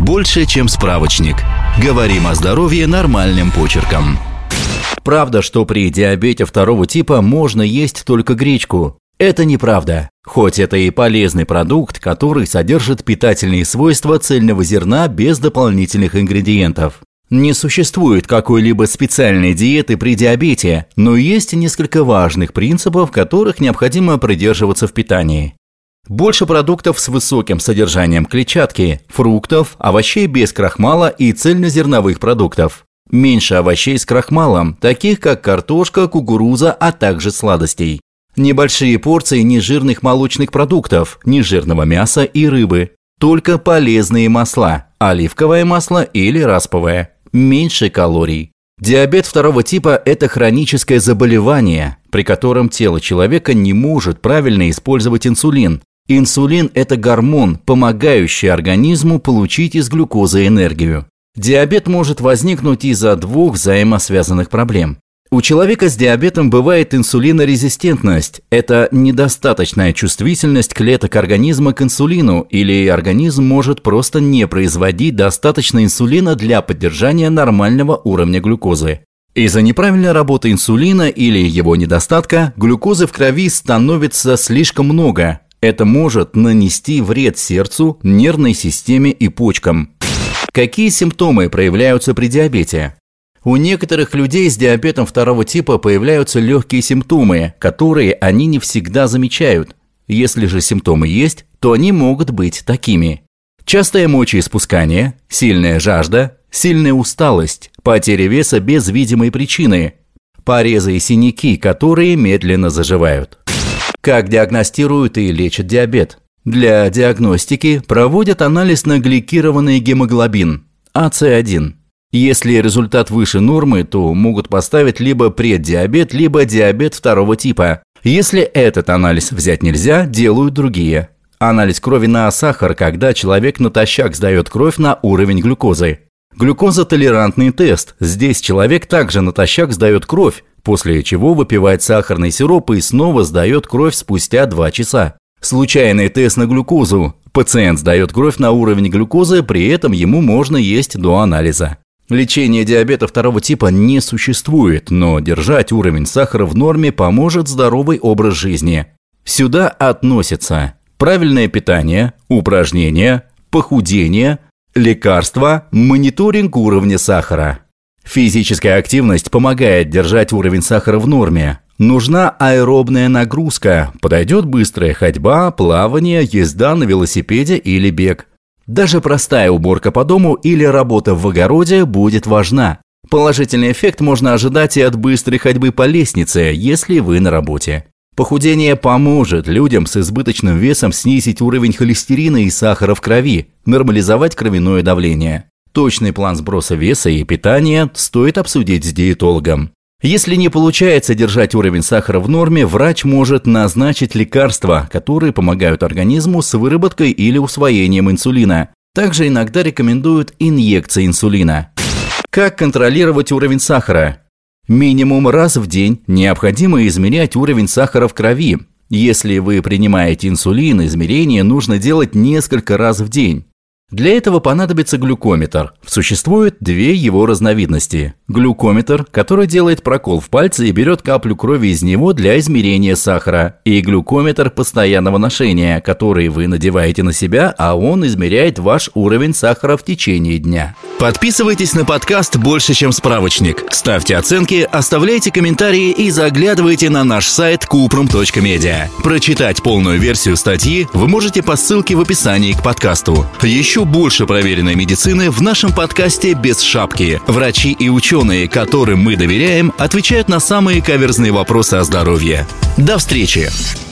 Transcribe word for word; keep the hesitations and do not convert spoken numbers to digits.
больше, чем справочник. Говорим о здоровье нормальным почерком. Правда, что при диабете второго типа можно есть только гречку? Это неправда. Хоть это и полезный продукт, который содержит питательные свойства цельного зерна без дополнительных ингредиентов. Не существует какой-либо специальной диеты при диабете, но есть несколько важных принципов, которых необходимо придерживаться в питании. Больше продуктов с высоким содержанием клетчатки, фруктов, овощей без крахмала и цельнозерновых продуктов. Меньше овощей с крахмалом, таких как картошка, кукуруза, а также сладостей. Небольшие порции нежирных молочных продуктов, нежирного мяса и рыбы. Только полезные масла, оливковое масло или расповое. Меньше калорий. Диабет второго типа – это хроническое заболевание, при котором тело человека не может правильно использовать инсулин. Инсулин – это гормон, помогающий организму получить из глюкозы энергию. Диабет может возникнуть из-за двух взаимосвязанных проблем. У человека с диабетом бывает инсулинорезистентность. Это недостаточная чувствительность клеток организма к инсулину, или организм может просто не производить достаточно инсулина для поддержания нормального уровня глюкозы. Из-за неправильной работы инсулина или его недостатка глюкозы в крови становится слишком много. Это может нанести вред сердцу, нервной системе и почкам. Какие симптомы проявляются при диабете? У некоторых людей с диабетом второго типа появляются легкие симптомы, которые они не всегда замечают. Если же симптомы есть, то они могут быть такими: частое мочеиспускание, сильная жажда, сильная усталость, потеря веса без видимой причины, порезы и синяки, которые медленно заживают. Как диагностируют и лечат диабет? Для диагностики проводят анализ на гликированный гемоглобин А Цэ один. Если результат выше нормы, то могут поставить либо преддиабет, либо диабет второго типа. Если этот анализ взять нельзя, делают другие. Анализ крови на сахар, когда человек натощак сдает кровь на уровень глюкозы. Глюкозотолерантный тест. Здесь человек также натощак сдает кровь, после чего выпивает сахарный сироп и снова сдает кровь спустя два часа. Случайный тест на глюкозу. Пациент сдает кровь на уровень глюкозы, при этом ему можно есть до анализа. Лечения диабета второго типа не существует, но держать уровень сахара в норме поможет здоровый образ жизни. Сюда относятся правильное питание, упражнения, похудение, лекарства, мониторинг уровня сахара. Физическая активность помогает держать уровень сахара в норме. Нужна аэробная нагрузка, подойдет быстрая ходьба, плавание, езда на велосипеде или бег. Даже простая уборка по дому или работа в огороде будет важна. Положительный эффект можно ожидать и от быстрой ходьбы по лестнице, если вы на работе. Похудение поможет людям с избыточным весом снизить уровень холестерина и сахара в крови, нормализовать кровяное давление. Точный план сброса веса и питания стоит обсудить с диетологом. Если не получается держать уровень сахара в норме, врач может назначить лекарства, которые помогают организму с выработкой или усвоением инсулина. Также иногда рекомендуют инъекции инсулина. Как контролировать уровень сахара? Минимум раз в день необходимо измерять уровень сахара в крови. Если вы принимаете инсулин, измерение нужно делать несколько раз в день. Для этого понадобится глюкометр. Существует две его разновидности. Глюкометр, который делает прокол в пальце и берет каплю крови из него для измерения сахара, и глюкометр постоянного ношения, который вы надеваете на себя, а он измеряет ваш уровень сахара в течение дня. Подписывайтесь на подкаст «Больше, чем справочник». Ставьте оценки, оставляйте комментарии и заглядывайте на наш сайт купрум точка медиа. Прочитать полную версию статьи вы можете по ссылке в описании к подкасту. Еще больше проверенной медицины в нашем подкасте «Без шапки». Врачи и ученые, которым мы доверяем, отвечают на самые каверзные вопросы о здоровье. До встречи!